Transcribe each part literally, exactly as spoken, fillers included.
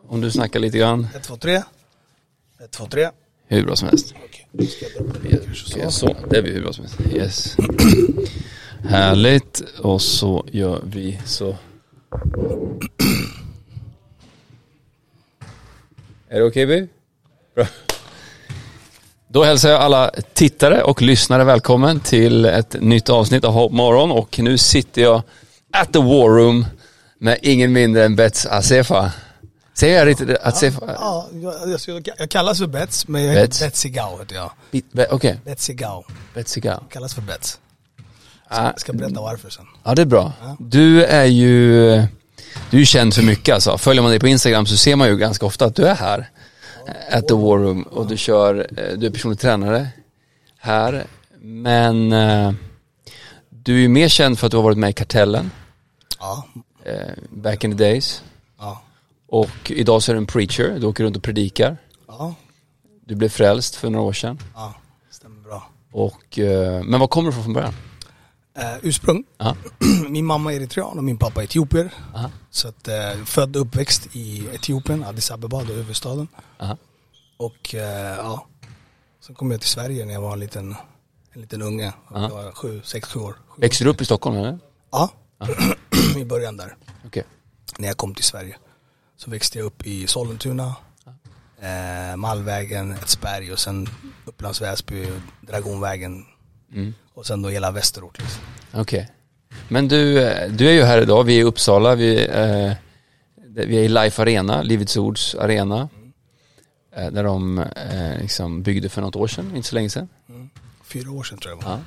om du snackar lite grann. ett, två, tre. ett, två, tre. Hur bra som helst. Okej, ska jag dra på det kanske Okay, så. så. Det är vi hur bra som helst. Yes. Härligt. Och så gör vi så. Är det okej, baby? Bra. Då hälsar jag alla tittare och lyssnare välkommen till ett nytt avsnitt av Hope Morgon. Och nu sitter jag at the War Room med ingen mindre än Bets Assefa. Säger jag riktigt Assefa? Ja, ja jag, jag kallas för Bets, men jag Bets. heter Betsy Gao heter jag. Be- Okej. Okay. Betsy Gao. Betsy Gao. Kallas för Bets. Ah. Jag ska berätta varför sen. Ja, det är bra. Ja. Du är ju du är ju känd för mycket alltså. Följer man dig på Instagram så ser man ju ganska ofta att du är här. Ja, at the War Room. Och du kör, du är personlig tränare här. Men uh, du är ju mer känd för att du har varit med i Kartellen. Ja. Uh, back in the days. Ja. Och idag så är du en preacher. Du åker runt och predikar. Ja. Du blev frälst för några år sedan. Ja, stämmer bra. Och, uh, men var kommer du från från början? Uh, ursprung. Uh-huh. Min mamma är eritrean och min pappa är etiopier. Uh-huh. Så att uh, född och uppväxt i Etiopien, Addis Abeba, då huvudstaden. Uh-huh. Och uh, ja, så kom jag till Sverige när jag var en liten, en liten unge. Uh-huh. Jag var sju, sex, sju år. Sju Växte du upp i Stockholm eller? Ja, uh-huh. I början där. Okay. När jag kom till Sverige så växte jag upp i Sollentuna, uh, Malmvägen, Edsberg och sen Upplands Väsby, Dragonvägen. Mm. Och sen då hela Västerort liksom. Okej. Okay. Men du, du är ju här idag, vi är i Uppsala, vi, eh, vi är i Life Arena, Livets Ords arena. Mm. Eh, där de eh, liksom byggde för något år sedan, inte så länge sedan. Mm. Fyra år sedan tror jag det var. Ja.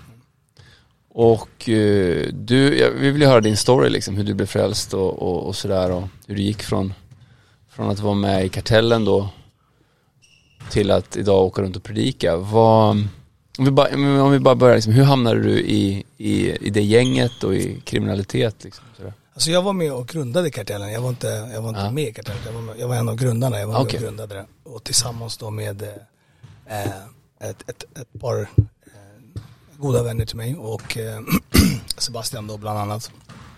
Och eh, du, jag, vi vill ju höra din story liksom, hur du blev frälst och, och, och sådär. Och hur du gick från, från att vara med i Kartellen då till att idag åka runt och predika. Vad... Om vi bara, om vi bara börjar, liksom, hur hamnade du i, i, i det gänget och i kriminalitet? Liksom, sådär? Alltså jag var med och grundade Kartellen. Jag var inte, jag var inte ja. med i Kartellen. Jag var, med, jag var en av grundarna. Jag var okay. med och grundade det. Och tillsammans då med eh, ett, ett, ett par eh, goda vänner till mig. Och eh, Sebastian då bland annat.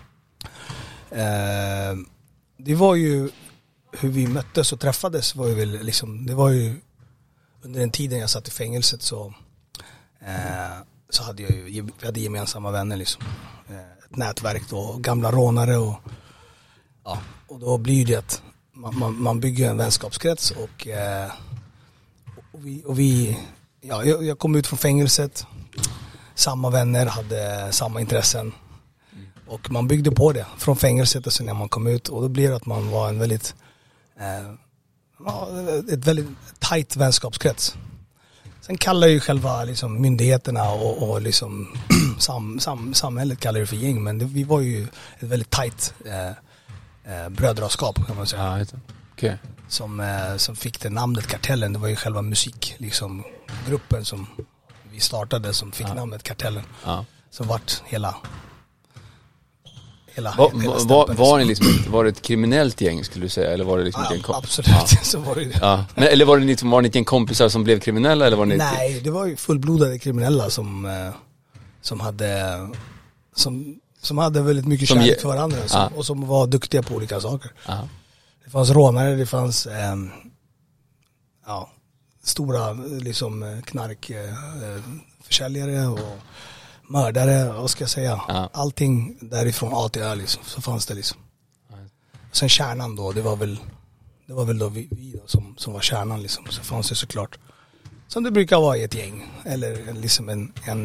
Eh, det var ju hur vi möttes och träffades. Var ju väl liksom, det var ju under den tiden jag satt i fängelset så Eh, så hade jag ju, vi hade gemensamma vänner liksom, eh, ett nätverk då, gamla rånare och ja, och då blir det att man, man, man bygger en vänskapskrets och, eh, och vi, och vi ja, jag, jag kom ut från fängelset, samma vänner, hade samma intressen och man byggde på det från fängelset och sen när man kom ut och då blir det att man var en väldigt eh, ja, ett väldigt tajt vänskapskrets. Sen kallar ju själva liksom myndigheterna och, och liksom sam, sam, samhället kallar det för gäng, men det, vi var ju ett väldigt tajt eh, eh, brödraskap kan man säga. Ja, okay. Som, eh, som fick det namnet Kartellen. Det var ju själva musik, liksom gruppen som vi startade som fick ja. namnet Kartellen. Ja. Som vart hela hela, va, hela va, var, var, ni liksom, var det ett kriminellt gäng skulle du säga? Eller var det liksom ja, en kom- absolut, ja. så var det ju. Ja. Men, eller var det liksom, var ni en kompisar som blev kriminella? Eller var ni Nej, ett... det var ju fullblodade kriminella som, eh, som hade som, som hade väldigt mycket som kärlek ge... för varandra som, ja. och som var duktiga på olika saker. Ja. Det fanns rånare, det fanns eh, ja, stora liksom knarkförsäljare eh, och mördare, vad ska jag säga? Ja. Allting därifrån A till Ö liksom, så fanns det liksom. Ja. Sen kärnan då, det var väl det var väl då vi, vi då, som, som var kärnan liksom. Så fanns det såklart som det brukar vara i ett gäng eller liksom en en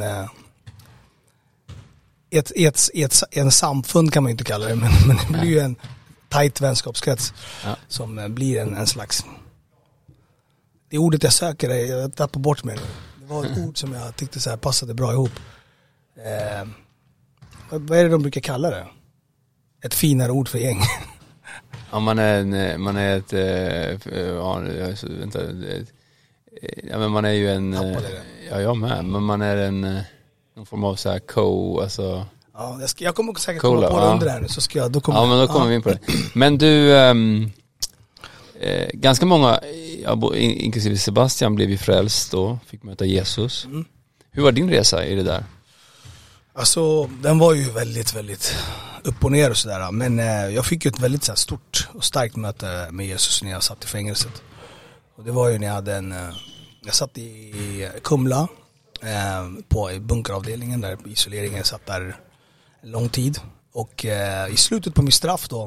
ett, ett, ett, en samfund kan man inte kalla det, men, men det blir ju en tajt vänskapskrets ja. som blir en, en slags det ordet jag söker, jag tappar bort mig nu. Det var ett ord som jag tyckte så här passade bra ihop. Eh, vad är det de brukar kalla det? Ett finare ord för gäng. Ja, man är en, man är ett äh, ja, vänta, ett, ja, men man är ju en ja, jag med, men man är en någon form av så här co, alltså ja, jag, ska, jag kommer säkert cola, komma på det ja. under det här nu så ska jag då kommer ja, men då kommer ja. vi in på det. Men du ähm, äh, ganska många ja, inklusive Sebastian blev ju frälst då, fick möta Jesus. Mm. Hur var din resa i det där? Alltså, den var ju väldigt, väldigt upp och ner och sådär. Men eh, jag fick ju ett väldigt så här, stort och starkt möte med Jesus när jag satt i fängelset. Och det var ju när jag hade en, eh, jag satt i Kumla eh, på i bunkeravdelningen där isoleringen. Jag satt där en lång tid. Och eh, i slutet på min straff då,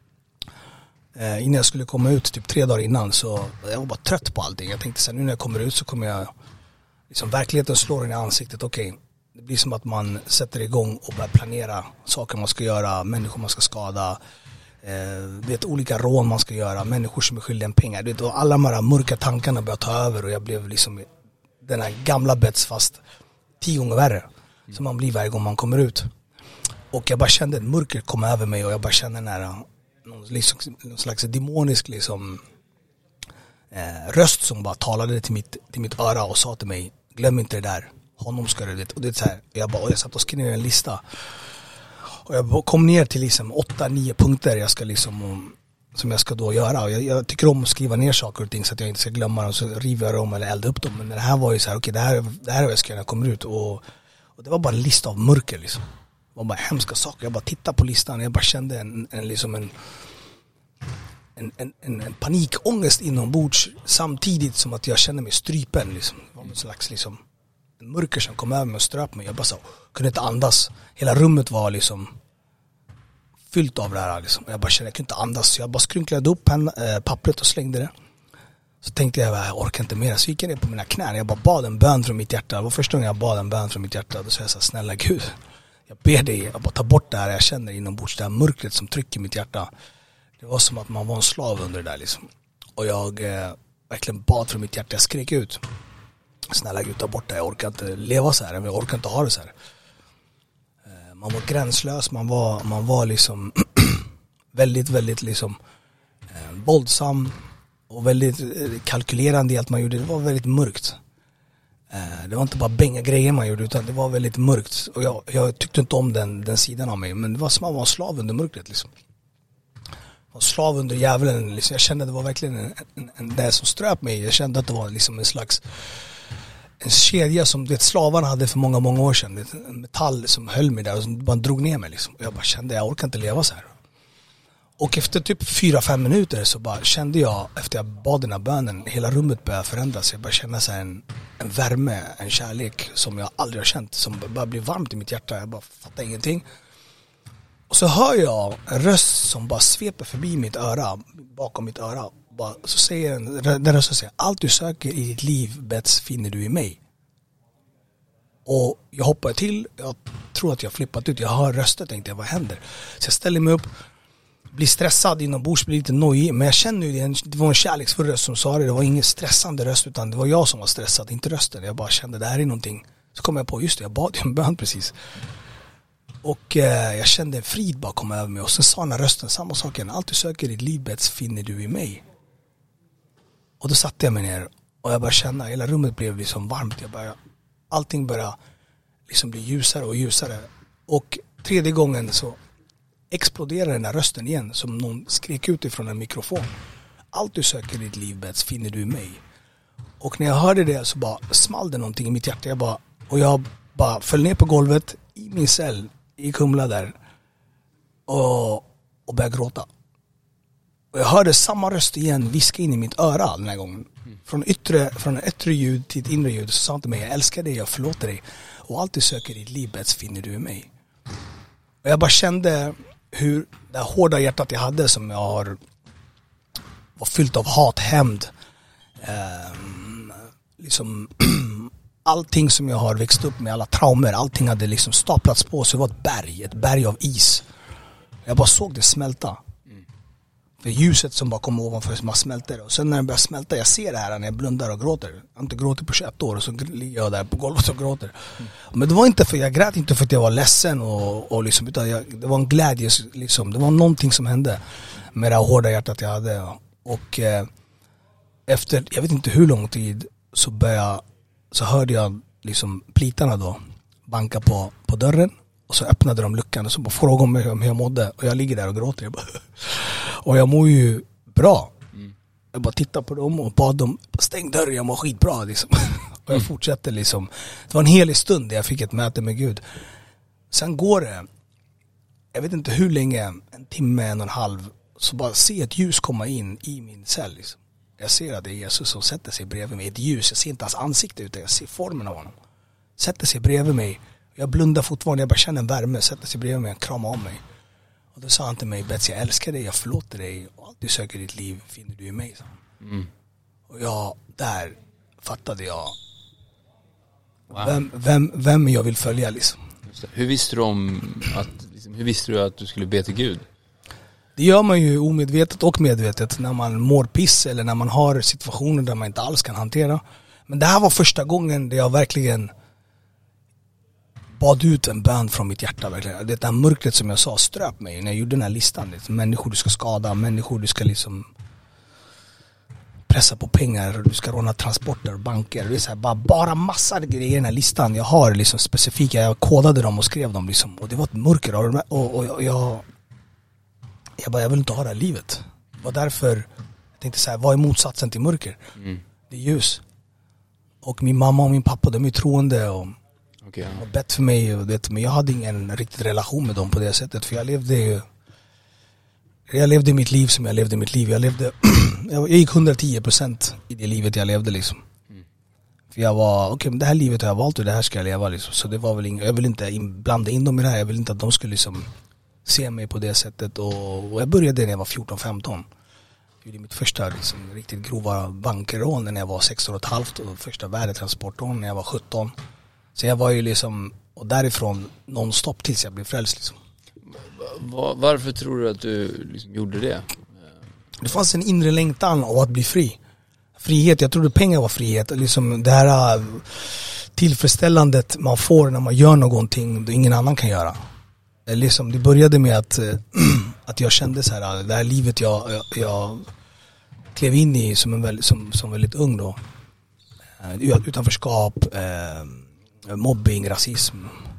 eh, innan jag skulle komma ut typ tre dagar innan, så jag var bara trött på allting. Jag tänkte så här, nu när jag kommer ut så kommer jag liksom verkligheten slår den i ansiktet. Okej, okay. Det blir som att man sätter igång och börjar planera saker man ska göra, människor man ska skada, eh, vet, olika rån man ska göra, människor som är skyldiga en pengar. Vet, och alla de här mörka tankarna började ta över och jag blev liksom den här gamla bets fast tio gånger värre mm. som man blir varje gång man kommer ut. Och jag bara kände ett mörker komma över mig och jag bara kände nära någon, liksom, någon slags demonisk liksom, eh, röst som bara talade till mitt, till mitt öra och sa till mig, glöm inte det där. Honom ska du det. Och det är så här, jag, bara, och jag satt och skrev en lista. Och jag kom ner till liksom åtta, nio punkter jag ska liksom, som jag ska då göra. Och jag, jag tycker om att skriva ner saker och ting så att jag inte ska glömma dem, så river jag dem eller eldar upp dem. Men det här var ju så här, okej, okay, det här, det här är vad jag ska göra när jag kommer ut. Och, och det var bara en lista av mörker liksom. Det var bara hemska saker. Jag bara tittade på listan och jag bara kände en, en liksom en En, en, en, en panikångest inombords samtidigt som att jag kände mig strypen liksom. Det var någon slags liksom en mörker som kom över mig och ströp mig. Jag bara så, kunde inte andas. Hela rummet var liksom fyllt av det här liksom. Jag bara kände, jag kunde inte andas. Så jag bara skrynklade upp pen, äh, pappret och slängde det. Så tänkte jag, jag orkar inte mer. Så gick jag ner på mina knän. Jag bara bad en bön från mitt hjärta. Det var första gången jag bad en bön från mitt hjärta. Då sa jag så här, snälla Gud, jag ber dig, jag bara ta bort det här jag känner inombords. Det här mörkret som trycker mitt hjärta. Det var som att man var en slav under det där liksom. Och jag eh, verkligen bad från mitt hjärta. Jag skrek ut, snälla Gud, ta bort det. Jag orkar inte leva så här. Jag orkar inte ha det så här. Eh, man var gränslös. Man var, man var liksom väldigt, väldigt liksom eh, våldsam. Och väldigt eh, kalkylerande i allt man gjorde. Det var väldigt mörkt. Eh, det var inte bara bänga grejer man gjorde, utan det var väldigt mörkt. Och jag, jag tyckte inte om den, den sidan av mig. Men det var som att man var en slav under mörkret liksom. Och slav under djävulen liksom. Jag kände att det var verkligen en, en, en, det som ströp mig. Jag kände att det var liksom en slags en kedja som vet, slavarna hade för många, många år sedan. Vet, en metall som höll mig där och som bara drog ner mig liksom. Och jag bara kände, jag orkar inte leva så här. Och efter typ fyra, fem minuter så bara kände jag, efter jag bad den här bönen, hela rummet började förändras. Jag bara kände så här en, en värme, en kärlek som jag aldrig har känt, som bara blev varmt i mitt hjärta. Jag bara fattade ingenting. Och så hör jag en röst som bara sveper förbi mitt öra, bakom mitt öra. Bara, så säger den, den rösten säger, allt du söker i ditt liv, Bets, finner du i mig. Och jag hoppar till, jag tror att jag flippat ut, jag hör rösten, tänkte jag, vad händer? Så jag ställer mig upp, blir stressad inombords, blir lite nojig, men jag känner ju det, det var en kärleksfull röst som sa det, det var ingen stressande röst, utan det var jag som var stressad, inte rösten. Jag bara kände, det här är någonting. Så kom jag på, just det, jag bad en bön precis. Och eh, jag kände en frid bara komma över mig. Och sen sa den här rösten samma sak igen. Allt du söker i ditt liv, Bets, finner du i mig. Och då satte jag mig ner. Och jag bara kände, hela rummet blev liksom varmt. Jag bara, allting började liksom bli ljusare och ljusare. Och tredje gången så exploderade den här rösten igen. Som någon skrek ut ifrån en mikrofon. Allt du söker i ditt liv, Bets, finner du i mig. Och när jag hörde det så bara small det någonting i mitt hjärta. Jag bara, och jag bara föll ner på golvet i min cell i Kumla där och, och började gråta. Och jag hörde samma röst igen viska in i mitt öra den här gången. Från yttre, från ett yttre ljud till ett inre ljud, så sa han till mig, jag älskar dig, jag förlåter dig. Och allt du söker i ditt liv, Bets, finner du i mig. Och jag bara kände hur det hårda hjärtat jag hade, som jag har var fyllt av hat, hämnd, eh, liksom allting som jag har växt upp med, alla traumer, allting hade liksom staplats på, så det var ett berg, ett berg av is. Jag bara såg det smälta. Mm. För ljuset som bara kom ovanför, som bara smälter. Och sen när det börjar smälta, jag ser det här när jag blundar och gråter. Jag har inte gråtit på tjugoett år och så ligger jag där på golvet och gråter. Mm. Men det var inte för, jag grät inte för att jag var ledsen och, och liksom, utan jag, det var en glädje liksom. Det var någonting som hände med det här hårda hjärtat jag hade. Och eh, efter, jag vet inte hur lång tid, så började så hörde jag liksom plitarna då banka på, på dörren, och så öppnade de luckan och så bara frågade om hur jag mådde, och jag ligger där och gråter. Jag bara, och jag mår ju bra. Mm. Jag bara tittar på dem och bad dem, stäng dörren, jag mår skitbra liksom. Och jag fortsätter liksom. Det var en helig stund där jag fick ett möte med Gud. Sen går det jag vet inte hur länge, en timme, en och en halv, så bara se ett ljus komma in i min cell liksom. Jag ser att det är Jesus som sätter sig bredvid mig, ett ljus, jag ser inte hans ansikte utan jag ser formen av honom. Sätter sig bredvid mig, jag blundar fortfarande, jag bara känner en värme, sätter sig bredvid mig och kramar om mig. Och då sa han till mig, Betsy, jag älskar dig, jag förlåter dig, och allt du söker i ditt liv finner du i mig. Mm. Och jag, där fattade jag wow. vem, vem, vem jag vill följa liksom. Hur visste du om att, liksom, hur visste du att du skulle be till Gud? Det gör man ju omedvetet och medvetet när man mår piss eller när man har situationer där man inte alls kan hantera. Men det här var första gången där jag verkligen bad ut en bön från mitt hjärta. Verkligen. Det där mörkret som jag sa ströp mig när jag gjorde den här listan. Liksom, människor du ska skada, människor du ska liksom pressa på pengar, du ska råna transporter, banker. Det är så här, bara, bara massa grejer i den här listan. Jag har liksom specifika, jag kodade dem och skrev dem liksom. Och det var ett mörker och, och, och, och jag jag bara, jag vill inte ha det här livet. Det var därför jag tänkte så här, vad är motsatsen till mörker? Mm. Det är ljus. Och min mamma och min pappa, de är troende och okay, ja. har bett för mig och det, men jag hade ingen riktig relation med dem på det sättet, för jag levde ju jag levde mitt liv som jag levde mitt liv. Jag levde jag gick hundratio procent i det livet jag levde liksom. Mm. För jag var, okej, okay, men det här livet har jag valt och det här ska jag leva liksom. Så det var väl inga, jag vill inte in, blanda in dem i det här. Jag vill inte att de skulle liksom se mig på det sättet. Och, och jag började när jag var fjorton femton. Jag gjorde mitt första liksom, riktigt grova bankerån när jag var sexton och ett halvt och första värdetransportrån när jag var sjutton. Så jag var ju liksom, och därifrån nonstop tills jag blev frälst liksom. Var, varför tror du att du liksom gjorde det? Det fanns en inre längtan av att bli fri. Frihet, jag trodde pengar var frihet. Liksom det här tillfredsställandet man får när man gör någonting det ingen annan kan göra. Liksom, det började med att, att jag kände så här, det här livet jag, jag, jag klev in i som, en väldigt, som, som väldigt ung då. Utanförskap, eh, mobbing, rasism.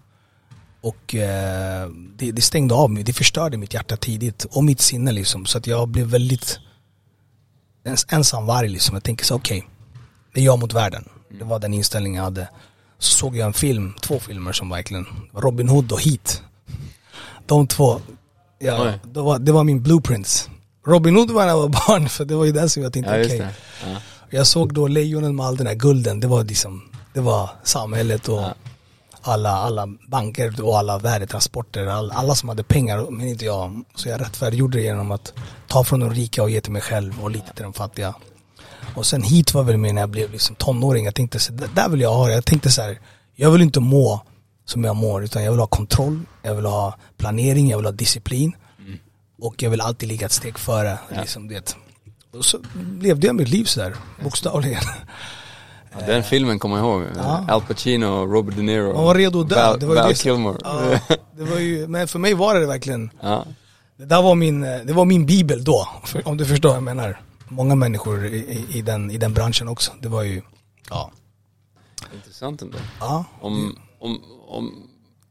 Och eh, det, det stängde av mig, det förstörde mitt hjärta tidigt och mitt sinne liksom. Så att jag blev väldigt ens, ensam varg liksom. Jag tänker så okej, okay, det är jag mot världen. Det var den inställningen jag hade. Så såg jag en film, två filmer som verkligen, Robin Hood och Heat. De två, ja, det var, det var min blueprints. Robin Hood var när jag var barn, för det var ju den som jag tänkte, ja, okej. Okay. Ja. Jag såg då Lejonen med all den här gulden, det var liksom, det var samhället och ja. alla, alla banker och alla värdetransporter, alla, alla som hade pengar, men inte jag. Så jag rättfärdiggjorde det genom att ta från de rika och ge till mig själv och lite till de fattiga. Och sen hit var väl med när jag blev liksom tonåring. Jag tänkte så där vill jag ha det. Jag tänkte så här, jag vill inte må som jag mår, utan jag vill ha kontroll, jag vill ha planering, jag vill ha disciplin. Mm. Och jag vill alltid ligga ett steg före. Ja. Liksom det. Och så levde jag mitt liv så där, bokstavligen. Ja, den filmen kommer jag ihåg. Ja. Al Pacino, Robert De Niro. Man var redo att dö. Val, det var Val det Kilmer. Ja, det var ju, men för mig var det verkligen. Ja. Det där var min, det var min bibel då. För, om du förstår vad jag menar. Många människor i, i, i, den, i den branschen också. Det var ju, ja. Intressant ändå. Ja. Om, om, om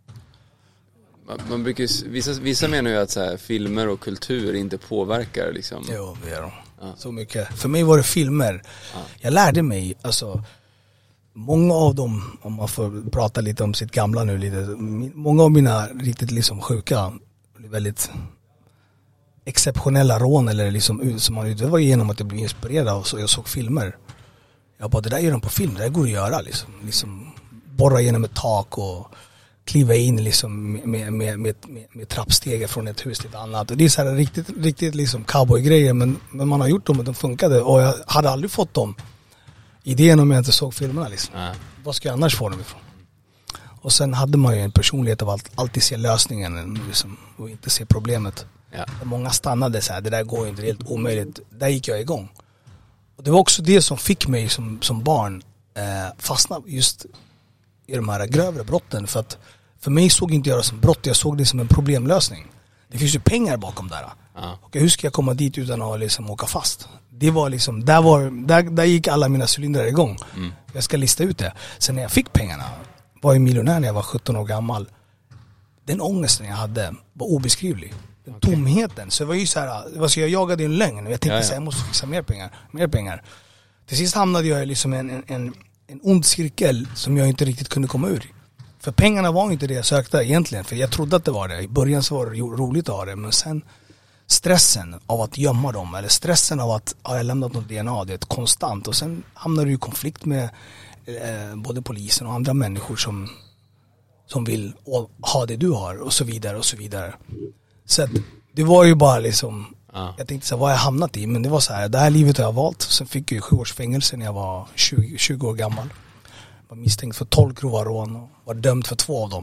man, man brukar, vissa, vissa menar ju att så här, filmer och kultur inte påverkar liksom. Jo, det är de. Ja. Så mycket. För mig var det filmer. Ja. Jag lärde mig, alltså många av dem, om man får prata lite om sitt gamla nu lite, många av mina riktigt liksom sjuka, väldigt exceptionella rån eller liksom som man, det var genom att jag blev inspirerad av så jag såg filmer. Jag bara, det där gör de på film, det där går att göra liksom, liksom borra genom ett tak och kliva in liksom med, med, med, med, med trappsteg från ett hus till ett annat. Och det är så här riktigt, riktigt liksom cowboy-grejer, men, men man har gjort dem och de funkade. Och jag hade aldrig fått dem idén om jag inte såg filmerna liksom. Mm. Vad ska jag annars få dem ifrån? Och sen hade man ju en personlighet av att alltid se lösningen liksom, och inte se problemet. Ja. Många stannade så här, det där går inte, det är helt omöjligt. Där gick jag igång. Och det var också det som fick mig som, som barn eh, fastna just i de här grövre brotten. För att för mig såg inte jag det som brott, jag såg det som en problemlösning. Det finns ju pengar bakom där. Ja. Och hur ska jag komma dit utan att liksom åka fast? Det var liksom, där, var, där, där gick alla mina cylindrar igång. Mm. Jag ska lista ut det. Sen när jag fick pengarna, var jag miljonär när jag var sjutton år gammal. Den ångesten jag hade var obeskrivlig. Den okay. tomheten. Så det var ju så här, vad ska jag jagade en lögn. Jag tänkte ja, ja. så här, jag måste fixa mer pengar. Mer pengar. Till sist hamnade jag liksom en, en, en, en ond cirkel som jag inte riktigt kunde komma ur. För pengarna var inte det jag sökte egentligen. För jag trodde att det var det. I början så var det roligt att ha det. Men sen stressen av att gömma dem. Eller stressen av att ha lämnat något D N A. Det är ett konstant. Och sen hamnar du i konflikt med eh, både polisen och andra människor som, som vill ha det du har. Och så vidare och så vidare. Så att det var ju bara liksom... Ja. Jag tänkte så här, vad har jag hamnat i? Men det var så här, det här livet har jag valt. Sen fick jag ju sju års fängelse när jag var tjugo, tjugo år gammal. Var misstänkt för tolv grova rån och var dömd för två av dem.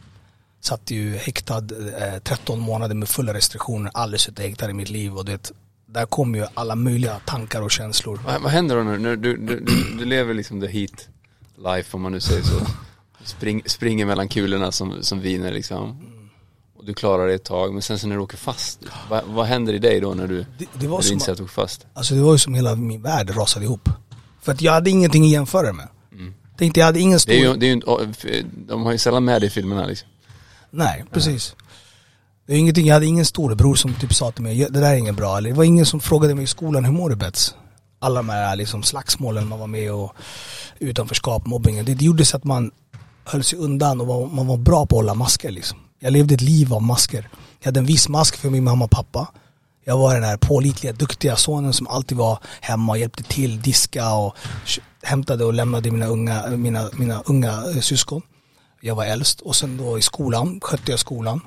Satt ju häktad eh, tretton månader med fulla restriktioner. Aldrig suttit häktad i mitt liv. Och det, där kom ju alla möjliga tankar och känslor. Vad, vad händer då nu? När du, du, du, du lever liksom the heat life, om man nu säger så. Spring, springer mellan kulorna som, som viner liksom. Mm. Och du klarar det ett tag. Men sen så när du åker fast, vad, vad händer i dig då när du, det, det var när du inser att du åker fast? Alltså det var ju som hela min värld rasade ihop. För att jag hade ingenting att jämföra med. Mm. Tänkte jag hade ingen stor... Det är ju, det är ju, de har ju sällan med det i filmerna liksom. Nej, precis. Det är ingenting, jag hade ingen storebror som typ sa till mig, det där är ingen bra. Eller det var ingen som frågade mig i skolan, hur mår du Bets? Alla de här liksom slagsmålen man var med och utanförskap, mobbingen. Det, det gjorde så att man höll sig undan och var, man var bra på att hålla masker liksom. Jag levde ett liv av masker. Jag hade en viss mask för min mamma och pappa. Jag var den här pålitliga, duktiga sonen som alltid var hemma och hjälpte till, diska och hämtade och lämnade mina unga, mina, mina unga syskon. Jag var äldst. Och sen då i skolan, skötte jag skolan.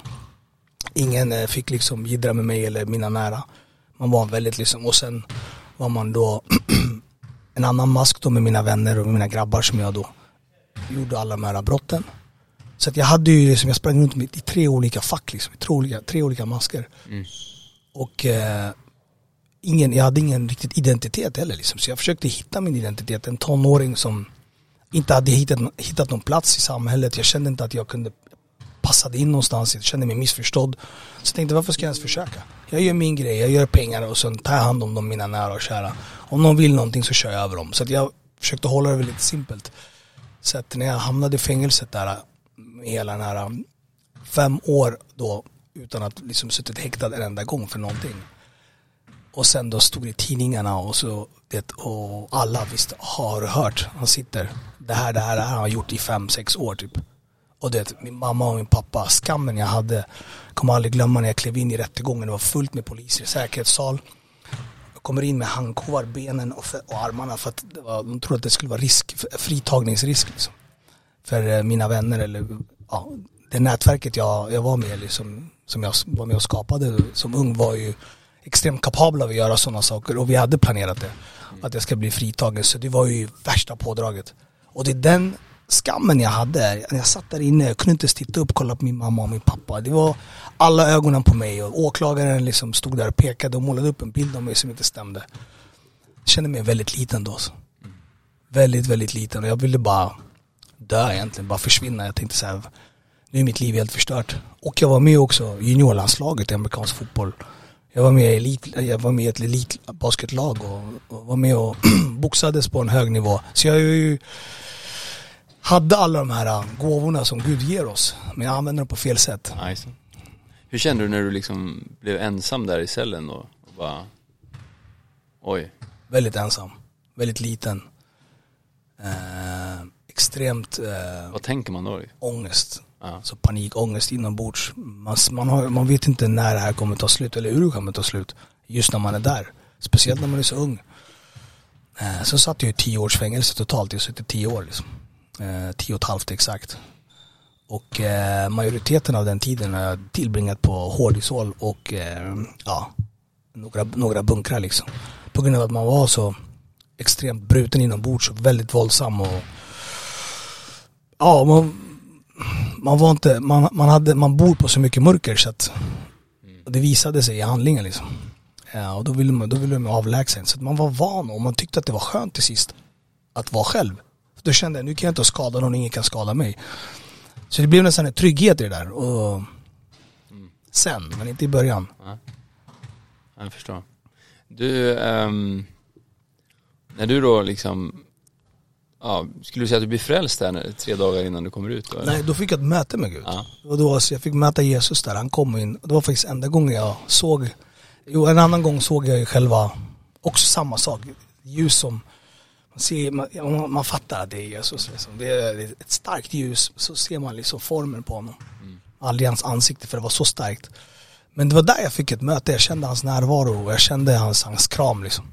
Ingen fick liksom gidra med mig eller mina nära. Man var väldigt liksom, och sen var man då en annan mask då med mina vänner och mina grabbar som jag då gjorde alla de här brotten. Så att jag hade ju liksom, jag sprang runt i tre olika fack liksom, i tre olika, tre olika masker. Mm. Och eh, ingen, jag hade ingen riktigt identitet heller liksom. Så jag försökte hitta min identitet. En tonåring som inte hade hittat, hittat någon plats i samhället. Jag kände inte att jag kunde passa in någonstans. Jag kände mig missförstådd. Så jag tänkte, varför ska jag ens försöka? Jag gör min grej, jag gör pengar och sen tar jag hand om dem, mina nära och kära. Om någon vill någonting så kör jag över dem. Så att jag försökte hålla det lite simpelt. Så att när jag hamnade i fängelset där med hela den här fem år då utan att liksom suttit häktad en enda gång för någonting. Och sen då stod det i tidningarna och så det, och alla visste, har du hört? Han sitter, det här, det här, det här har han gjort i fem, sex år typ. Och det, min mamma och min pappa, skammen jag hade, kommer aldrig glömma när jag klev in i rättegången. Det var fullt med poliser i säkerhetssal. Jag kommer in med handkovar, benen och, för, och armarna för att det var, de trodde att det skulle vara risk, fritagningsrisk liksom. För mina vänner eller ja, det nätverket jag, jag var med liksom, som jag var med och skapade som ung var ju extremt kapabla att göra sådana saker och vi hade planerat det, att jag ska bli fritagen, så det var ju värsta pådraget. Och det är den skammen jag hade när jag satt där inne, jag kunde inte titta upp och kolla på min mamma och min pappa, det var alla ögonen på mig och åklagaren liksom stod där och pekade och målade upp en bild av mig som inte stämde. Jag kände mig väldigt liten då så. Väldigt, väldigt liten och jag ville bara dö egentligen, bara försvinna. Jag tänkte så här, nu är mitt liv helt förstört. Och jag var med också i juniorlandslaget i amerikansk fotboll. Jag var med i, elit, jag var med i ett elitbasketlag och, och var med och boxades på en hög nivå. Så jag ju hade alla de här gåvorna som Gud ger oss, men jag använde dem på fel sätt. Nice. Hur kände du när du liksom blev ensam där i cellen då? Och bara, oj. Väldigt ensam, väldigt liten. Eh, extremt eh, vad tänker man då? Ångest. Ja. Så panik, ångest inombords. Man, man, har, man vet inte när det här kommer ta slut eller hur det kommer ta slut. Just när man är där. Speciellt när man är så ung. Eh, så satt jag i tio års fängelse totalt. Jag satt i tio år liksom. Eh, tio och ett halvt exakt. Och eh, majoriteten av den tiden har jag tillbringat på hårdisol och eh, ja, några, några bunkrar liksom. På grund av att man var så extremt bruten inombords och väldigt våldsam och ja, man, man var inte, man, man hade, man bor på så mycket mörker så att och det visade sig i handlingen liksom. Ja, och då ville man, då ville man avlägsen, så att man var van och man tyckte att det var skönt till sist att vara själv. Då kände jag, nu kan jag inte skada någon, ingen kan skada mig. Så det blev nästan en trygghet i det där och mm. sen, men inte i början. Ja. Jag förstår. Du, um, när du då liksom, ja, skulle du säga att du blir frälst där när, tre dagar innan du kommer ut? Då, nej, då fick jag ett möte med Gud. Ja. Och då, så jag fick möta Jesus där, han kom in. Det var faktiskt enda gången jag såg, jo en annan gång såg jag ju själva, också samma sak, ljus som Man, ser, man, man fattar att det är Jesus. Liksom. Det är ett starkt ljus, så ser man liksom formen på honom. Mm. Aldrig hans ansikte, för det var så starkt. Men det var där jag fick ett möte. Jag kände hans närvaro och jag kände hans, hans kram liksom.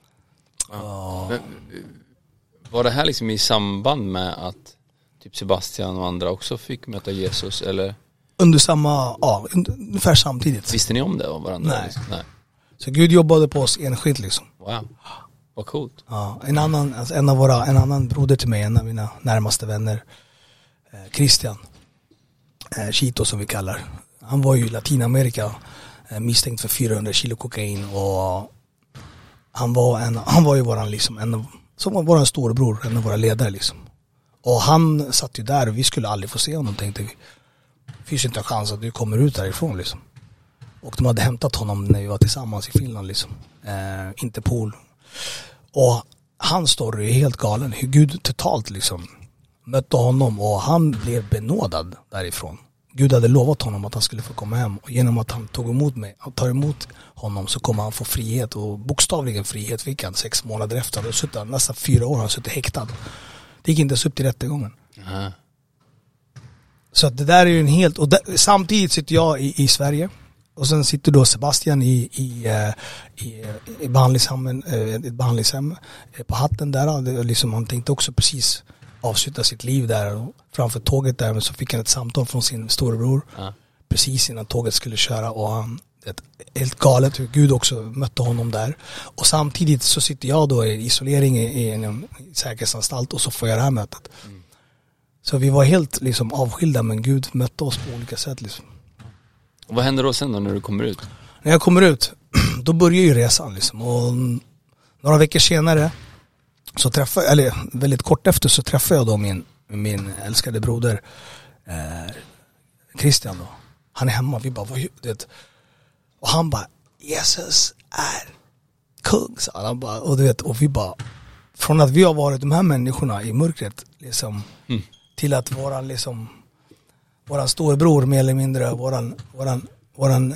Ja. Men, var det här liksom i samband med att typ Sebastian och andra också fick möta Jesus, eller? Under samma, ja, ungefär samtidigt. Visste ni om det av varandra? Nej. Liksom? Nej. Så Gud jobbade på oss enskilt liksom. Wow, vad coolt. Ja, en annan, alltså en av våra, en annan broder till mig, en av mina närmaste vänner, eh, Christian, eh, Chito som vi kallar. Han var ju i Latinamerika, eh, misstänkt för fyrahundra kilo kokain, och han var en, han var ju våran liksom, en av, som var våran storebror, en av våra ledare liksom. Och han satt ju där och vi skulle aldrig få se honom, tänkte vi. Det finns inte en chans att du kommer ut därifrån liksom. Och de hade hämtat honom när vi var tillsammans i Finland liksom. Eh, Interpol. Och hans story är helt galen. Hur Gud totalt liksom mötte honom och han blev benådad därifrån. Gud hade lovat honom att han skulle få komma hem, och genom att han tog emot mig och tar emot honom så kommer han få frihet, och bokstavligen frihet fick han sex månader efter. Och suttit, nästan fyra år har han suttit häktad. Det gick inte ens upp till rättegången. Uh-huh. Så att det där är ju en helt, och där, samtidigt sitter jag i, i Sverige. Och sen sitter då Sebastian i, i, i, i behandlingshem, ett behandlingshem på Hatten där. Det, liksom, han tänkte också precis avsluta sitt liv där. Och framför tåget där, men så fick han ett samtal från sin storebror. Ja. Precis innan tåget skulle köra. Och han, ett, helt galet hur Gud också mötte honom där. Och samtidigt så sitter jag då i isolering i, i en i säkerhetsanstalt, och så får jag det här mötet. Mm. Så vi var helt liksom avskilda, men Gud mötte oss på olika sätt liksom. Och vad händer då sen då när du kommer ut? När jag kommer ut, då börjar ju resan liksom. Och några veckor senare så träffar jag, eller väldigt kort efter så träffar jag då min, min älskade broder eh, Christian då. Han är hemma, vi bara, vad, det, och han bara, Jesus är kung, så han bara, och du vet, och vi bara, från att vi har varit de här människorna i mörkret liksom, mm. till att vara liksom våran storebror mer eller mindre, våran, våran, våran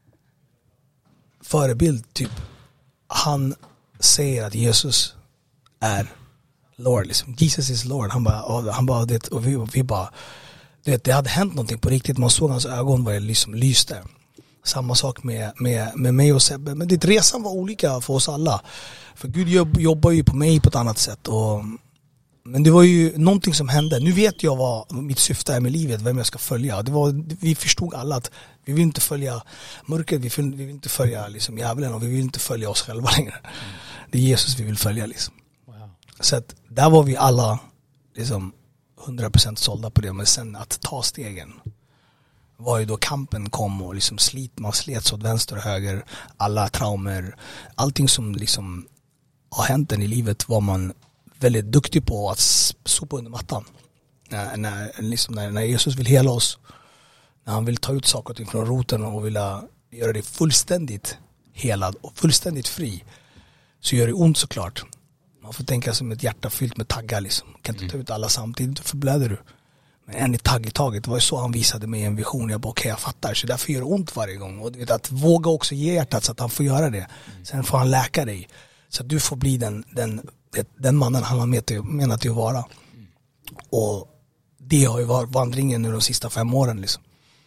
förebild typ, han säger att Jesus är Lord liksom. Jesus is Lord. Han bara, och, han bara det, och vi, och vi bara det, det hade hänt någonting på riktigt. Man såg hans ögon var liksom lyste. Samma sak med, med, med mig och Sebbe. Men det, resan var olika för oss alla. För Gud jobb, jobbar ju på mig på ett annat sätt. Och, men det var ju någonting som hände. Nu vet jag vad mitt syfte är med livet, vem jag ska följa. Det var, vi förstod alla att vi vill inte följa mörkret, vi vill, vi vill inte följa liksom djävulen, och vi vill inte följa oss själva längre. Mm. Det är Jesus vi vill följa liksom. Wow. Så att där var vi alla liksom hundra procent sålda på det. Men sen att ta stegen var ju då kampen kom, och liksom slit, man slets åt vänster och höger. Alla traumer, allting som liksom har hänt en i livet var man väldigt duktig på att sopa under mattan. När, när, liksom när, när Jesus vill hela oss, när han vill ta ut saker och ting från roten och vill göra det fullständigt helad och fullständigt fri, så gör det ont såklart. Man får tänka som ett hjärta fyllt med taggar liksom. Kan inte ta ut alla samtidigt, då förblöder du. Men en i tagg i taget, det var ju så han visade mig en vision. Jag bara, okej, okay, jag fattar. Så därför gör det ont varje gång. Och du vet, att våga också ge hjärtat så att han får göra det. Sen får han läka dig. Så att du får bli den, den, den mannen han har menat till att vara. Och det har ju varit vandringen nu de sista fem åren liksom.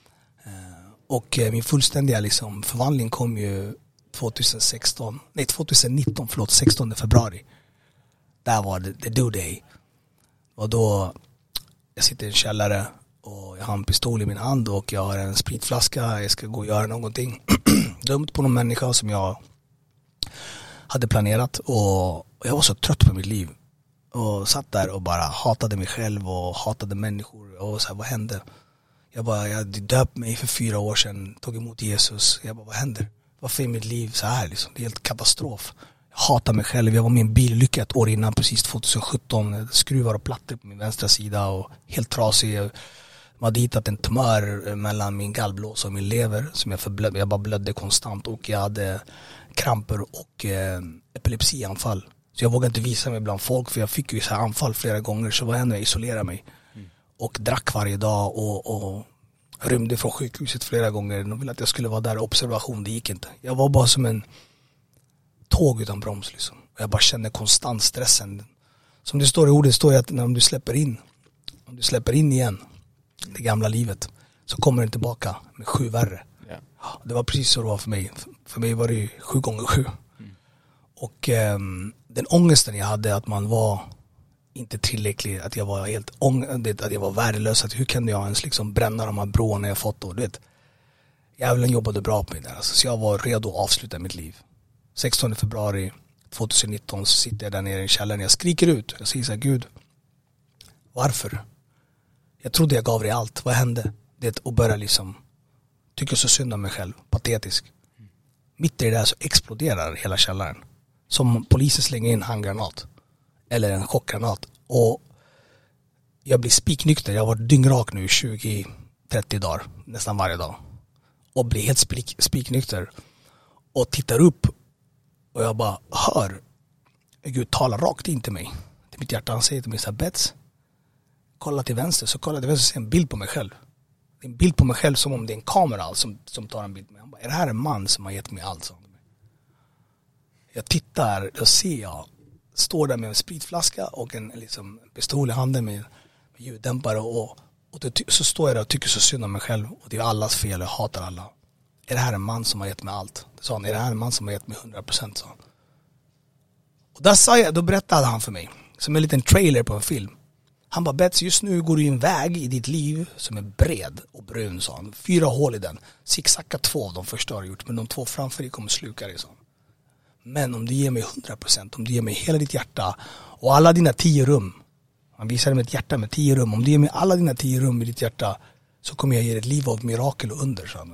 Och min fullständiga liksom förvandling kom ju tjugohundrasexton, nej tjugonitton, förlåt, sextonde februari. Där var det the due day. Och då jag sitter i en källare och jag har en pistol i min hand och jag har en spritflaska. Jag ska gå och göra någonting dumt på någon människa som jag hade planerat, och jag var så trött på mitt liv och satt där och bara hatade mig själv och hatade människor och så här, vad hände? Jag bara, jag döpt mig för fyra år sedan, tog emot Jesus. Jag bara, vad händer? Varför är mitt liv så här liksom? Det är helt katastrof. Jag hatar mig själv. Jag var med i en bilolycka ett år innan, precis tjugosjutton. Skruvar och plattor på min vänstra sida och helt trasig. Jag hade hittat en tumör mellan min gallblåsa och min lever som jag förblödde. Jag bara blödde konstant och jag hade kramper och eh, epilepsianfall. Så jag vågade inte visa mig bland folk, för jag fick ju så här anfall flera gånger. Så var jag ändå, jag isolerade mig. Mm. Och drack varje dag och, och rymde från sjukhuset flera gånger. De ville att jag skulle vara där, observation, det gick inte. Jag var bara som en tåg utan broms liksom. Och jag bara kände konstant stressen. Som det står i ordet, står det att när du släpper in, om du släpper in igen det gamla livet, så kommer den tillbaka med sju värre. Yeah. Det var precis så det var för mig. För mig var det ju sju gånger sju. Mm. Och eh, den ångesten jag hade, att man var inte tillräcklig, att jag var helt ång- att jag var värdelös, att hur kan jag ens liksom bränna de här broarna jag fått då, du vet. Jävlen jobbade bra på mig där, alltså, så jag var redo att avsluta mitt liv. sextonde februari tjugonitton så sitter jag där nere i källaren, jag skriker ut, jag säger så här: Gud, varför? Jag trodde jag gav dig allt, vad hände? Det och börja liksom tycker så synd om mig själv, patetisk. Mm. Mitt i det där så exploderar hela källaren. Som polisen slänger in handgranat. Eller en chockgranat. Och jag blir spiknykter, jag har varit dyngrak nu i tjugo trettio dagar, nästan varje dag. Och blir helt spik, spiknykter. Och tittar upp och jag bara hör Gud tala rakt in till mig. Till mitt hjärta, han säger till mig så här: Bets, kolla till vänster, så kolla till vänster och ser en bild på mig själv. Det är en bild på mig själv som om det är en kamera som, som tar en bild på mig. Han bara, är det här en man som har gett mig allt? Jag tittar, då ser jag, står där med en spritflaska och en liksom, pistol i handen med, med ljuddämpare och, och det, så står jag där och tycker så synd om mig själv och det är allas fel, jag hatar alla. Är det här en man som har gett mig allt? Det sa han, är det här en man som har gett mig hundra procent? Så. Och där sa jag, då berättade han för mig, som en liten trailer på en film. Han bara, Bets, just nu går du i en väg i ditt liv som är bred och brun, sa han. Fyra hål i den. Zigzacka två av de första har du gjort, men de två framför dig kommer sluka dig, sa han. Men om du ger mig hundra procent, om du ger mig hela ditt hjärta och alla dina tio rum, han visade mig ett hjärta med tio rum, om du ger mig alla dina tio rum i ditt hjärta så kommer jag ge dig ett liv av mirakel och under, sa han.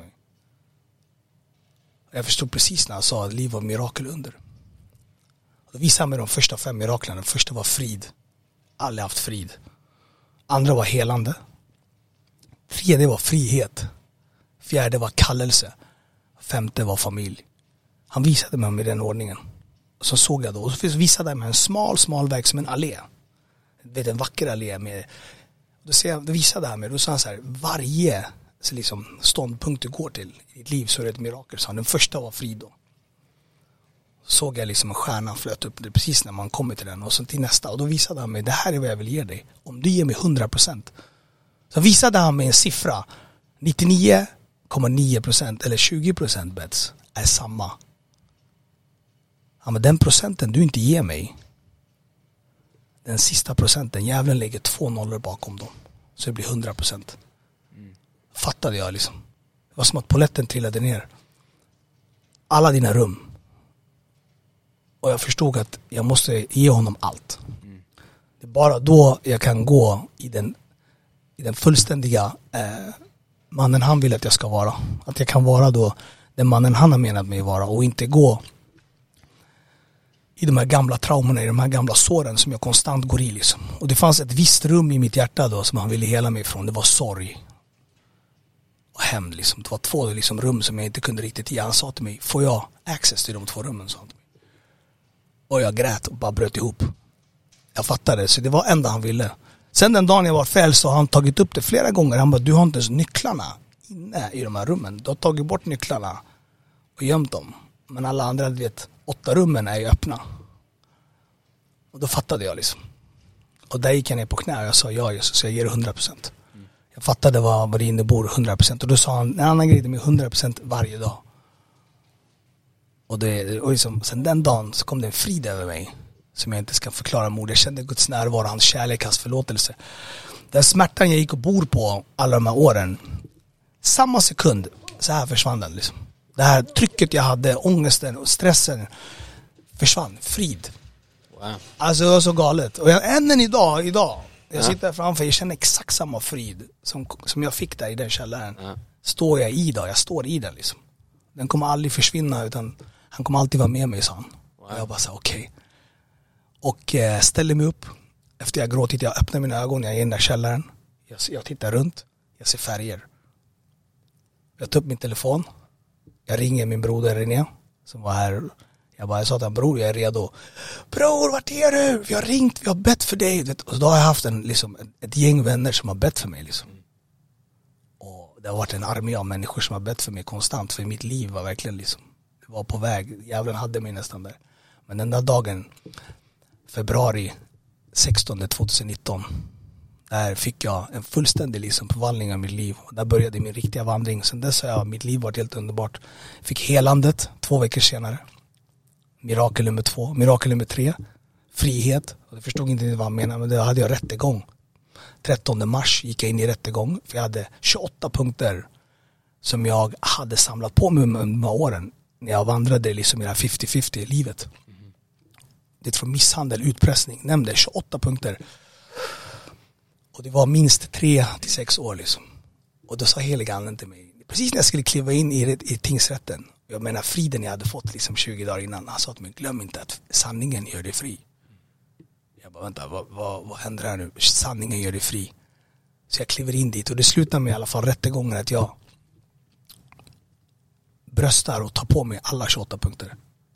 Jag förstod precis när han sa ett liv av mirakel och under. Då visade han mig de första fem miraklerna. Den första var frid. Alla haft frid. Andra var helande. Tredje var frihet. Fjärde var kallelse. Femte var familj. Han visade mig med den ordningen. Och så såg jag då. Och så visade han mig en smal, smal väg som en allé. Det är en vacker allé med. Då, ser jag, då visade han mig. Då sa han så här: varje så liksom, ståndpunkt du går till i ditt liv så är det ett mirakel. Så han, den första var frid då. Såg jag liksom en stjärna flöt upp det precis när man kommer till den och så till nästa. Och då visade han mig, det här är vad jag vill ge dig. Om du ger mig hundra procent. Så visade han mig en siffra. nittionio komma nio procent eller tjugo procent bets är samma. Ja, men den procenten du inte ger mig, den sista procenten, jävlen lägger två nollor bakom dem. Så det blir hundra procent. Mm. Fattade jag liksom. Det var som att poletten trillade ner. Alla dina rum. Och jag förstod att jag måste ge honom allt. Mm. Det är bara då jag kan gå i den, i den fullständiga eh, mannen han vill att jag ska vara. Att jag kan vara då den mannen han har menat mig vara och inte gå i de här gamla traumorna, i de här gamla såren som jag konstant går i liksom. Och det fanns ett visst rum i mitt hjärta då som han ville hela mig ifrån. Det var sorg och hämnd liksom. Det var två liksom, rum som jag inte kunde riktigt ge. Han sa till mig, får jag access till de två rummen? Sa han till mig. Och jag grät och bara bröt ihop. Jag fattade, så det var enda han ville. Sen den dagen jag var fälld så har han tagit upp det flera gånger. Han bara, du har inte ens nycklarna inne i de här rummen. Du har tagit bort nycklarna och gömt dem. Men alla andra, du vet, åtta rummen är ju öppna. Och då fattade jag liksom. Och där gick jag ner på knä och jag sa, ja Jesus, så jag ger det hundra procent. Mm. Jag fattade vad, vad det innebär hundra procent. Och då sa han, en annan grej med hundra procent varje dag. Och, det, och liksom, sen den dagen så kom det en frid över mig som jag inte ska förklara med ord. Jag kände Guds närvaro, hans kärlek, hans förlåtelse. Den smärtan jag gick och bor på alla de här åren, samma sekund så här försvann den liksom. Det här trycket jag hade, ångesten och stressen försvann, frid. Wow. Alltså det var så galet. Och jag, än än idag, idag jag ja. sitter här framför, jag känner exakt samma frid som, som jag fick där i den källaren. Ja. Står jag i idag, jag står i den liksom. Den kommer aldrig försvinna utan han kommer alltid vara med mig, sa han. Wow. Och jag bara sa okej. Okay. Och eh, ställer mig upp. Efter jag gråtit, jag öppnar mina ögon, jag är i den där källaren. Jag, jag tittar runt, jag ser färger. Jag tar upp min telefon. Jag ringer min broder René som var här. Jag bara, jag sa till honom, bror jag är redo. Bror, vart är du? Vi har ringt, vi har bett för dig. Och då har jag haft en, liksom, ett gäng vänner som har bett för mig liksom. Och det har varit en armé av människor som har bett för mig konstant. För mitt liv var verkligen liksom, det var på väg. Jävlen hade mig nästan där. Men den där dagen, februari sextonde tjugonitton. Där fick jag en fullständig liksom förvandling av mitt liv. Och där började min riktiga vandring. Sen dess har jag, mitt liv varit helt underbart. Fick helandet två veckor senare. Mirakel nummer två. Mirakel nummer tre. Frihet. Och jag förstod inte vad han menade, men det hade jag rättegång. trettonde mars gick jag in i rättegång. För jag hade tjugoåtta punkter som jag hade samlat på mig under de här åren. När jag vandrade liksom i det här femtio femtio livet. Mm. Det är från misshandel, utpressning. Nämnde tjugoåtta punkter. Och det var minst tre till sex år liksom. Och då sa heliganden till mig, precis när jag skulle kliva in i, i tingsrätten, jag menar friden jag hade fått liksom tjugo dagar innan, han sa till mig, glöm inte att sanningen gör dig fri. Jag bara, vänta, vad, vad, vad händer här nu? Sanningen gör dig fri. Så jag kliver in dit och det slutar med i alla fall rättegången att jag bröstar och tar på mig alla tjugoåtta punkter.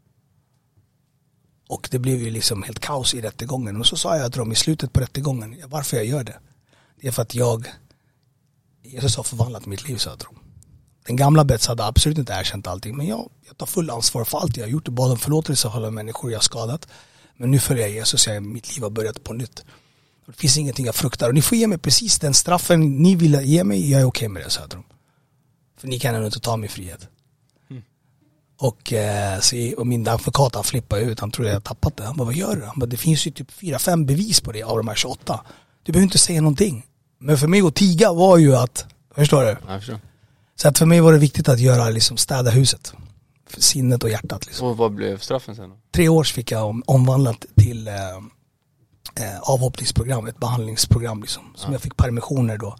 Och det blev ju liksom helt kaos i rättegången. Och så sa jag till dem i slutet på rättegången, varför jag gör det. Det är för att jag, Jesus har förvandlat mitt liv, sa jag till dem. Den gamla Bets hade absolut inte erkänt allting. Men jag, jag tar full ansvar för allt jag har gjort. Jag bad om förlåtelse för alla människor jag har skadat. Men nu följer jag Jesus, jag, mitt liv har börjat på nytt. Det finns ingenting jag fruktar. Och ni får ge mig precis den straffen ni vill ge mig. Jag är okej med det, sa jag till dem. För ni kan ändå inte ta mig frihet. Och, eh, så, och min advokat han flippade ut, han trodde jag tappat det. Han bara, vad gör du? Han bara, det finns ju typ fyra, fem bevis på det av de här tjugoåtta. Du behöver inte säga någonting. Men för mig att tiga var ju att, förstår du? Jag förstår. Så att för mig var det viktigt att göra liksom städa huset. För sinnet och hjärtat liksom. Och vad blev straffen sen då? Tre års fick jag om, omvandlat till eh, eh, avhoppningsprogram, ett behandlingsprogram liksom. Som ja. Jag fick permissioner då.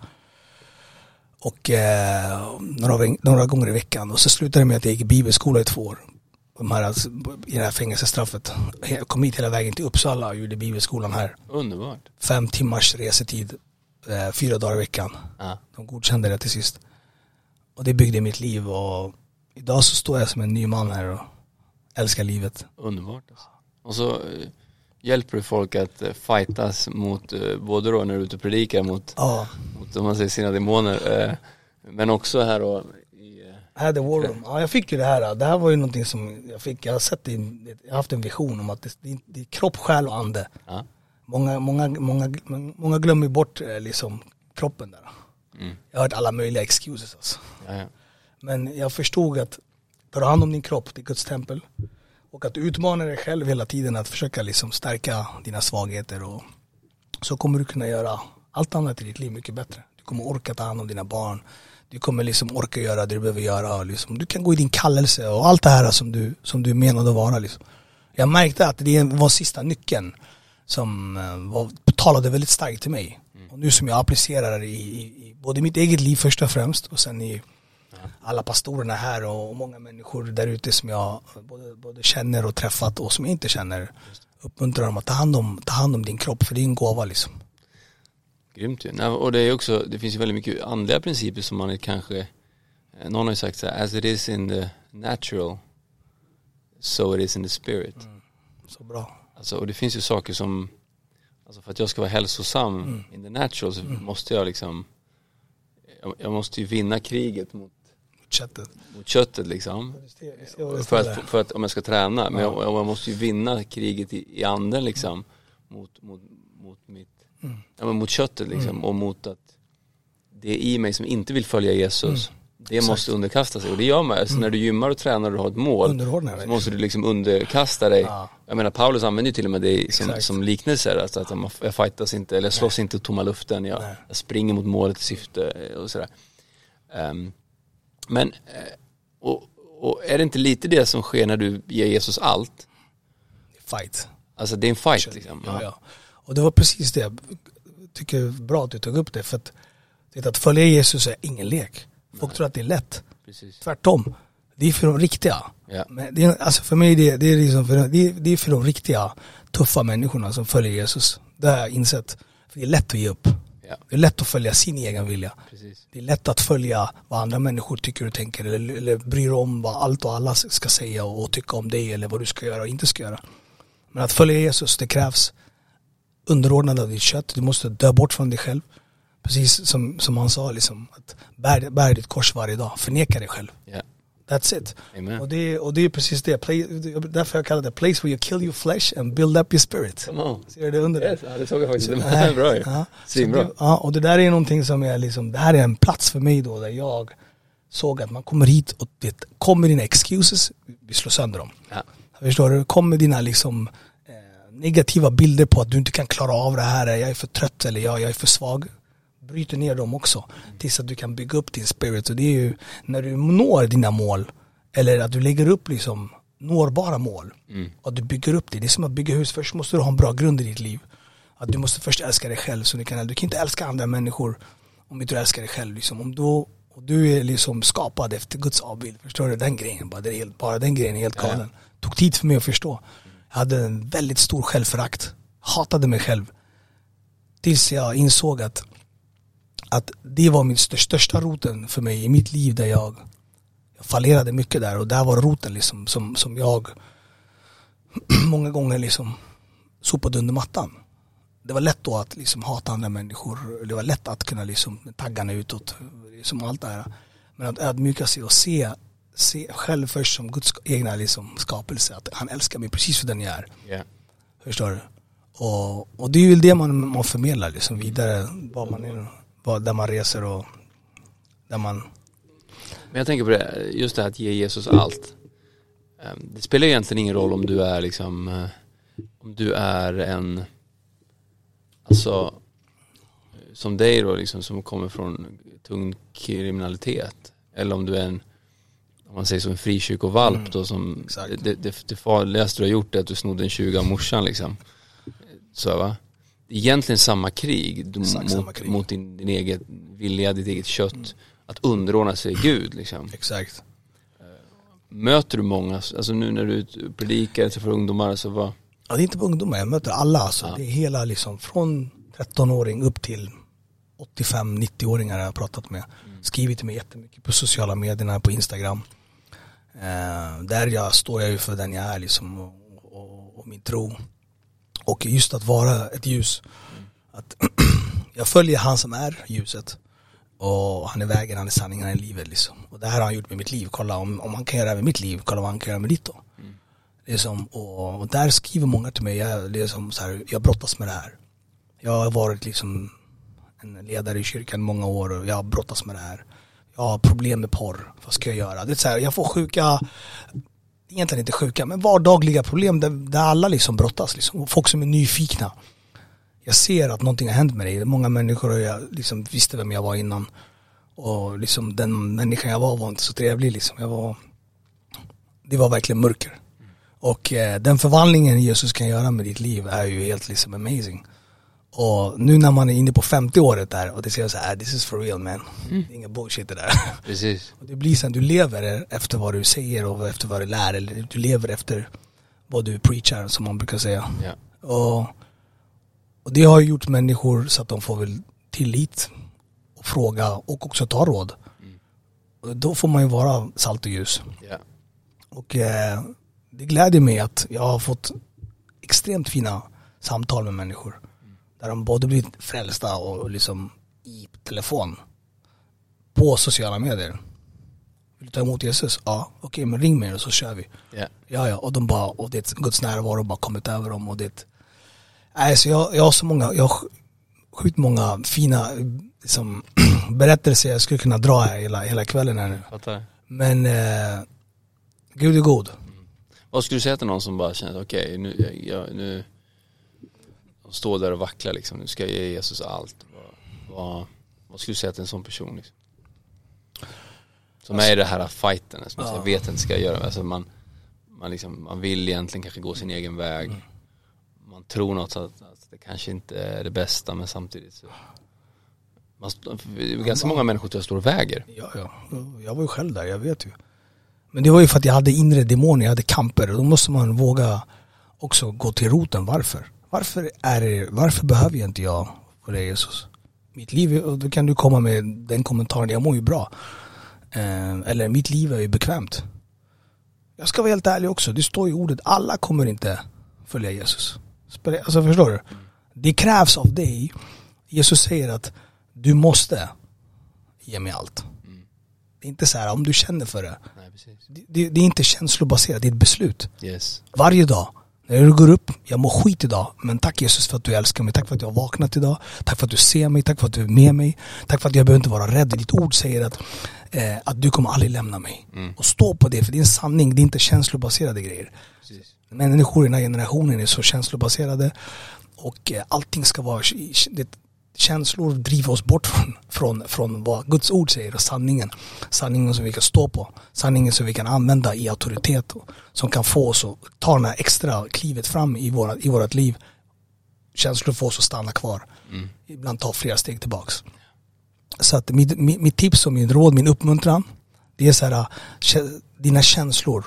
Och eh, några, några gånger i veckan. Och så slutade det med att jag gick i bibelskola i två år. De här, alltså, i det här fängelsestraffet. Jag kom hit hela vägen till Uppsala och gjorde bibelskolan här. Underbart. Fem timmars resetid. Eh, fyra dagar i veckan. Ja. De godkände det till sist. Och det byggde mitt liv. Och idag så står jag som en ny man här och älskar livet. Underbart. Alltså. Och så hjälper du folk att fightas mot, både då när du är ute och predikar mot, ja. mot om man säger, sina demoner, men också här då i, här the war room. Ja, jag fick ju det här. Det här var ju någonting som jag fick, jag har sett i, jag har haft en vision om att det, det, det är kropp, själ och ande. Ja. Många, många, många, många glömmer bort liksom kroppen där. Mm. Jag har hört alla möjliga excuses alltså. Ja, ja. Men jag förstod att ta hand om din kropp, det är Guds tempel. Och att du utmanar dig själv hela tiden att försöka liksom stärka dina svagheter. Och så kommer du kunna göra allt annat i ditt liv mycket bättre. Du kommer orka ta hand om dina barn. Du kommer liksom orka göra det du behöver göra. Och liksom, du kan gå i din kallelse och allt det här som du, som du menade att vara. Liksom. Jag märkte att det var sista nyckeln som var, talade väldigt starkt till mig. Mm. Och nu som jag applicerar i, i, i både mitt eget liv först och främst och sen i alla pastorerna här och många människor där ute som jag både, både känner och träffat och som jag inte känner, uppmuntrar dem att ta hand om, ta hand om din kropp, för det är en gåva liksom. Grymt ju. Nej, och det är också, det finns ju väldigt mycket andliga principer som man kanske, någon har ju sagt så här, as it is in the natural so it is in the spirit. Mm. Så bra. Alltså, och det finns ju saker som, alltså för att jag ska vara hälsosam mm. in the natural så mm. måste jag liksom, jag, jag måste ju vinna kriget mot köttet. Mot köttet liksom. För att, för att om jag ska träna. Men jag, jag måste ju vinna kriget i, i anden liksom. Mm. Mot, mot, mot mitt mm. ja, men mot köttet liksom. Mm. Och mot att det är i mig som inte vill följa Jesus. Mm. Det Exakt. Måste underkasta sig. Och det gör man. Alltså, mm. när du gymmar och tränar och du har ett mål. Så måste du liksom underkasta dig. Ja. Jag menar, Paulus använder ju till och med det som, som liknelse. Alltså att jag fightas inte. Eller jag slåss Nej. inte tomma luften. Jag, jag springer mot målet i syfte. Och sådär. Um, Men, och, och är det inte lite det som sker när du ger Jesus allt? Fight. Alltså det är en fight liksom. Ja, ja. Och det var precis det. Jag tycker det är bra att du tog upp det. För att, det att följa Jesus är ingen lek. Folk Nej. tror att det är lätt. Precis. Tvärtom. Det är för de riktiga. Ja. Men det är, alltså för mig det, det är liksom för, det, är, det är för de riktiga tuffa människorna som följer Jesus. Det har jag insett. För det är lätt att ge upp. Ja. Det är lätt att följa sin egen vilja. Precis. Det är lätt att följa vad andra människor tycker och tänker. Eller, eller bryr om vad allt och alla ska säga och, och tycka om dig. Eller vad du ska göra och inte ska göra. Men att följa Jesus, det krävs underordnad av ditt kött. Du måste dö bort från dig själv. Precis som, som han sa, liksom, att bär, bär ditt kors varje dag. Förneka dig själv. Ja. That's it. Amen. Och det, och det är precis det. Play, därför jag kallar det place where you kill your flesh and build up your spirit. Come on. Ser det under Yes, ja, det såg jag faktiskt. Så, det är bra ju. Ja, Svinbra. det, ja, och det där är någonting som är liksom, det här är en plats för mig då där jag såg att man kommer hit och det kommer dina excuses, vi slår sönder dem. Ja. Förstår du? Kommer dina liksom eh, negativa bilder på att du inte kan klara av det här, jag är för trött eller jag, jag är för svag. Bryter ner dem också tills att du kan bygga upp din spirit. Och det är ju när du når dina mål eller att du lägger upp liksom nårbara mål mm. och du bygger upp det. Det är som att bygga hus. Först måste du ha en bra grund i ditt liv. Att du måste först älska dig själv. Så du, kan, du kan inte älska andra människor om inte du älskar dig själv. Liksom. Om du, och du är liksom skapad efter Guds avbild. Förstår du? Den grejen, bara, det är helt, bara den grejen är helt galen. Ja, ja. Tog tid för mig att förstå. Jag hade en väldigt stor självförakt. Hatade mig själv. Tills jag insåg att att det var min största roten för mig i mitt liv där jag, jag fallerade mycket där och där var roten liksom som, som jag många gånger liksom sopade under mattan. Det var lätt då att liksom hata andra människor. Det var lätt att kunna liksom taggarna utåt liksom allt det här. Men att ödmjuka sig och se, se själv först som Guds egna liksom skapelse, att han älskar mig precis för den jag är. Yeah. Förstår du? Och, och det är ju det man, man förmedlar liksom vidare vad man är, där man reser och där man... Men jag tänker på det, just det här att ge Jesus allt. Det spelar egentligen ingen roll om du är liksom, om du är en, alltså som dig då liksom, som kommer från tung kriminalitet, eller om du är en, om man säger som en frikyrkovalp mm. då, som det, det, det farligaste du har gjort är att du snodde en tjugo av morsan liksom. Så va? Egentligen samma krig, du, mot, samma krig mot din, din egen vilja, ditt eget kött, mm. att underordna sig Gud liksom. Exakt. Möter du många, alltså nu när du predikar för ungdomar, så vad? Ja, det är inte på ungdomar, jag möter alla alltså. Ja. Det är hela liksom från tretton-åring upp till åttiofem nittio-åringar jag har pratat med. Mm. Skrivit till mig jättemycket på sociala medierna, på Instagram. Eh, där jag står jag ju för den jag är liksom, och, och, och min tro. Och just att vara ett ljus. Mm. Att jag följer han som är ljuset. Och han är vägen, han är sanningen, han är livet liksom. Och det här har han gjort med mitt liv. Kolla om, om han kan göra med mitt liv, kolla vad han kan göra med ditt då. Mm. Det är som, och, och där skriver många till mig, jag, det är som så här, jag brottas med det här. Jag har varit liksom en ledare i kyrkan många år och jag brottas med det här. Jag har problem med porr, vad ska jag göra? Det är så här, jag får sjuka, egentligen inte sjuka, men vardagliga problem där, där alla liksom brottas. Liksom. Folk som är nyfikna. Jag ser att någonting har hänt med dig. Många människor och jag liksom visste vem jag var innan. Och liksom den människan jag var var inte så trevlig. Liksom. Jag var, det var verkligen mörker. Mm. Och eh, den förvandlingen Jesus kan göra med ditt liv är ju helt liksom amazing. Och nu när man är inne på femtio året där och det ser så här, this is for real man. Mm. Det är inga bullshit det där. Precis. Och det blir sen du lever efter vad du säger och efter vad du lär. Eller du lever efter vad du preachar, som man brukar säga. Yeah. Och Och det har gjort människor så att de får väl tillit och fråga och också ta råd. Mm. Och då får man ju vara salt och ljus. Yeah. Och eh, det gläder mig att jag har fått extremt fina samtal med människor. Mm. Där de både blivit frälsta och liksom i telefon. På sociala medier. Vill du ta emot Jesus? Ja, okej, okay, men ring mig och så kör vi. Yeah. Ja, ja, och de bara, och det är Guds närvaro bara kommit över dem och det. Nej, så jag, jag har så många, jag har sjukt många fina liksom, berättelser jag skulle kunna dra här hela, hela kvällen här nu. Fattar. Men eh, Gud är god. Mm. Vad skulle du säga till någon som bara känner, okej, okay, nu, jag, jag, nu står där och vacklar liksom, nu ska jag ge Jesus allt. Vad, vad, vad skulle du säga till en sån person liksom? Som alltså, är i det här fighten, som ja. jag vet inte ska jag göra. Alltså man, man, liksom, man vill egentligen kanske gå sin egen väg. Mm. Man tror något att, att det kanske inte är det bästa, men samtidigt så man, ganska många människor tror jag står och väger. Ja, ja. Jag var ju själv där, jag vet ju. Men det var ju för att jag hade inre demoner, jag hade kamper. Då måste man våga också gå till roten. Varför? Varför, är det, varför behöver jag inte jag för det, Jesus? Mitt liv, och då kan du komma med den kommentaren, jag mår ju bra. Eh, eller mitt liv är ju bekvämt. Jag ska vara helt ärlig också, det står i ordet, alla kommer inte följa Jesus. Alltså förstår du? Det krävs av dig. Jesus säger att du måste ge mig allt. Det är inte så här om du känner för det. Nej, precis. Det, det, det är inte känslobaserat, det är ett beslut. Yes. Varje dag. När du går upp, jag mår skit idag, men tack Jesus för att du älskar mig. Tack för att jag har vaknat idag. Tack för att du ser mig. Tack för att du är med mig. Tack för att jag behöver inte vara rädd. Ditt ord säger att, eh, att du kommer aldrig lämna mig. Mm. Och stå på det, för det är en sanning. Det är inte känslobaserade grejer. Precis. Men människor i den här generationen är så känslobaserade. Och eh, allting ska vara... Det, känslor driver oss bort från, från, från vad Guds ord säger och sanningen. Sanningen som vi kan stå på. Sanningen som vi kan använda i auktoritet. Och, som kan få oss att ta den här extra klivet fram i, våra, i vårat liv. Känslor får oss att stanna kvar. Mm. Ibland ta flera steg tillbaks. Så att mitt, mitt, mitt tips och min råd, min uppmuntran, det är så här, dina känslor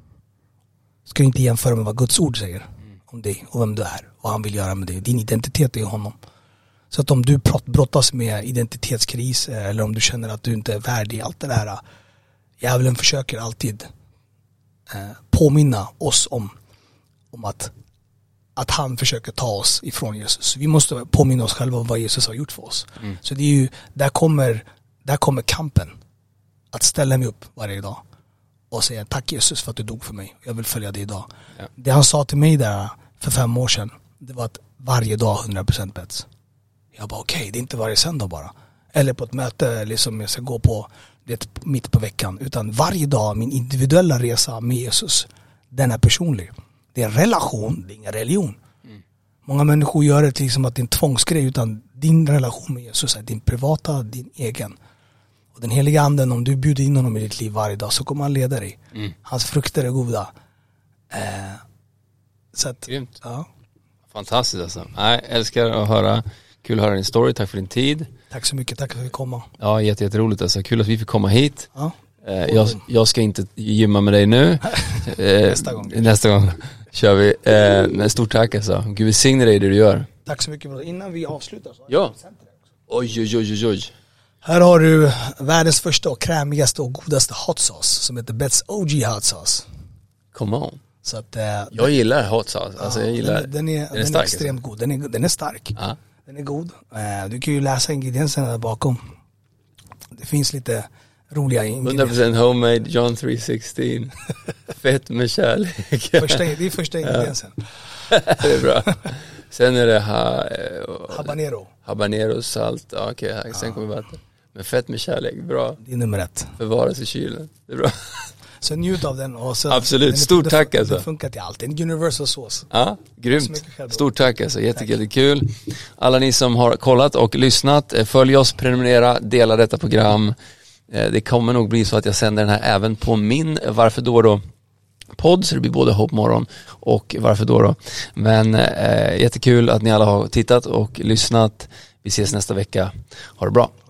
ska inte jämföra med vad Guds ord säger mm. om dig och vem du är. Vad han vill göra med dig. Din identitet är honom. Så att om du brottas med identitetskris eller om du känner att du inte är värdig, allt det där, djävulen försöker alltid eh, påminna oss om, om att, att han försöker ta oss ifrån Jesus. Vi måste påminna oss själva om vad Jesus har gjort för oss. Mm. Så det är ju, där kommer, där kommer kampen att ställa mig upp varje dag och säga tack Jesus för att du dog för mig. Jag vill följa dig idag. Ja. Det han sa till mig där för fem år sedan, det var att varje dag hundra procent bets. Jag bara okej, okay, det är inte varje söndag bara. Eller på ett möte liksom jag ska gå på det mitt på veckan. Utan varje dag, min individuella resa med Jesus, den är personlig. Det är en relation, det är ingen religion. Mm. Många människor gör det liksom att det är en tvångsgrej, utan din relation med Jesus är din privata, din egen. Och den heliga anden, om du bjuder in honom i ditt liv varje dag så kommer han leda dig. Mm. Hans frukter är goda. Eh, så att, grymt. Ja. Fantastiskt alltså. Jag älskar att höra. Kul att höra din story, tack för din tid. Tack så mycket, tack för att vi komma. Ja, jätte, jätteroligt alltså. Kul att vi fick komma hit. Ja. Eh, jag, jag ska inte gymma med dig nu. eh, nästa gång. Nästa gång kör vi. Eh, men stort tack alltså. Gud välsigne dig det du gör. Tack så mycket. Innan vi avslutar så ja. Oj, oj, oj, oj, oj. Här har du världens första och krämigaste och godaste hot sauce som heter Bets O G Hot Sauce. Come on. Så att, eh, jag gillar hot sauce. Alltså, jag gillar, den, den är, den är, den är extremt alltså. god. Den är, den är stark. Ja. Den är god. Du kan ju läsa ingredienserna där bakom. Det finns lite roliga ingredienser. hundra procent homemade, John tre sexton. Fett med kärlek. Första, det är första ingrediensen. Ja. Det är bra. Sen är det ha, habanero. Habanero, salt. Ja, okej, okay. Sen ja. kommer vatten. Men fett med kärlek, bra. Det är nummer ett. Förvaras i kylen. Det är bra. Så njut av den. Och så, absolut, den stort det, tack det, alltså. Det funkar till allt, en universal sås. Ja, grymt. Stort tack alltså, jättekul. Alla ni som har kollat och lyssnat, följ oss, prenumerera, dela detta program. Det kommer nog bli så att jag sänder den här även på min Varför då då podd, så det blir både Hope Morgon och Varför då då. Men eh, jättekul att ni alla har tittat och lyssnat. Vi ses nästa vecka. Ha det bra.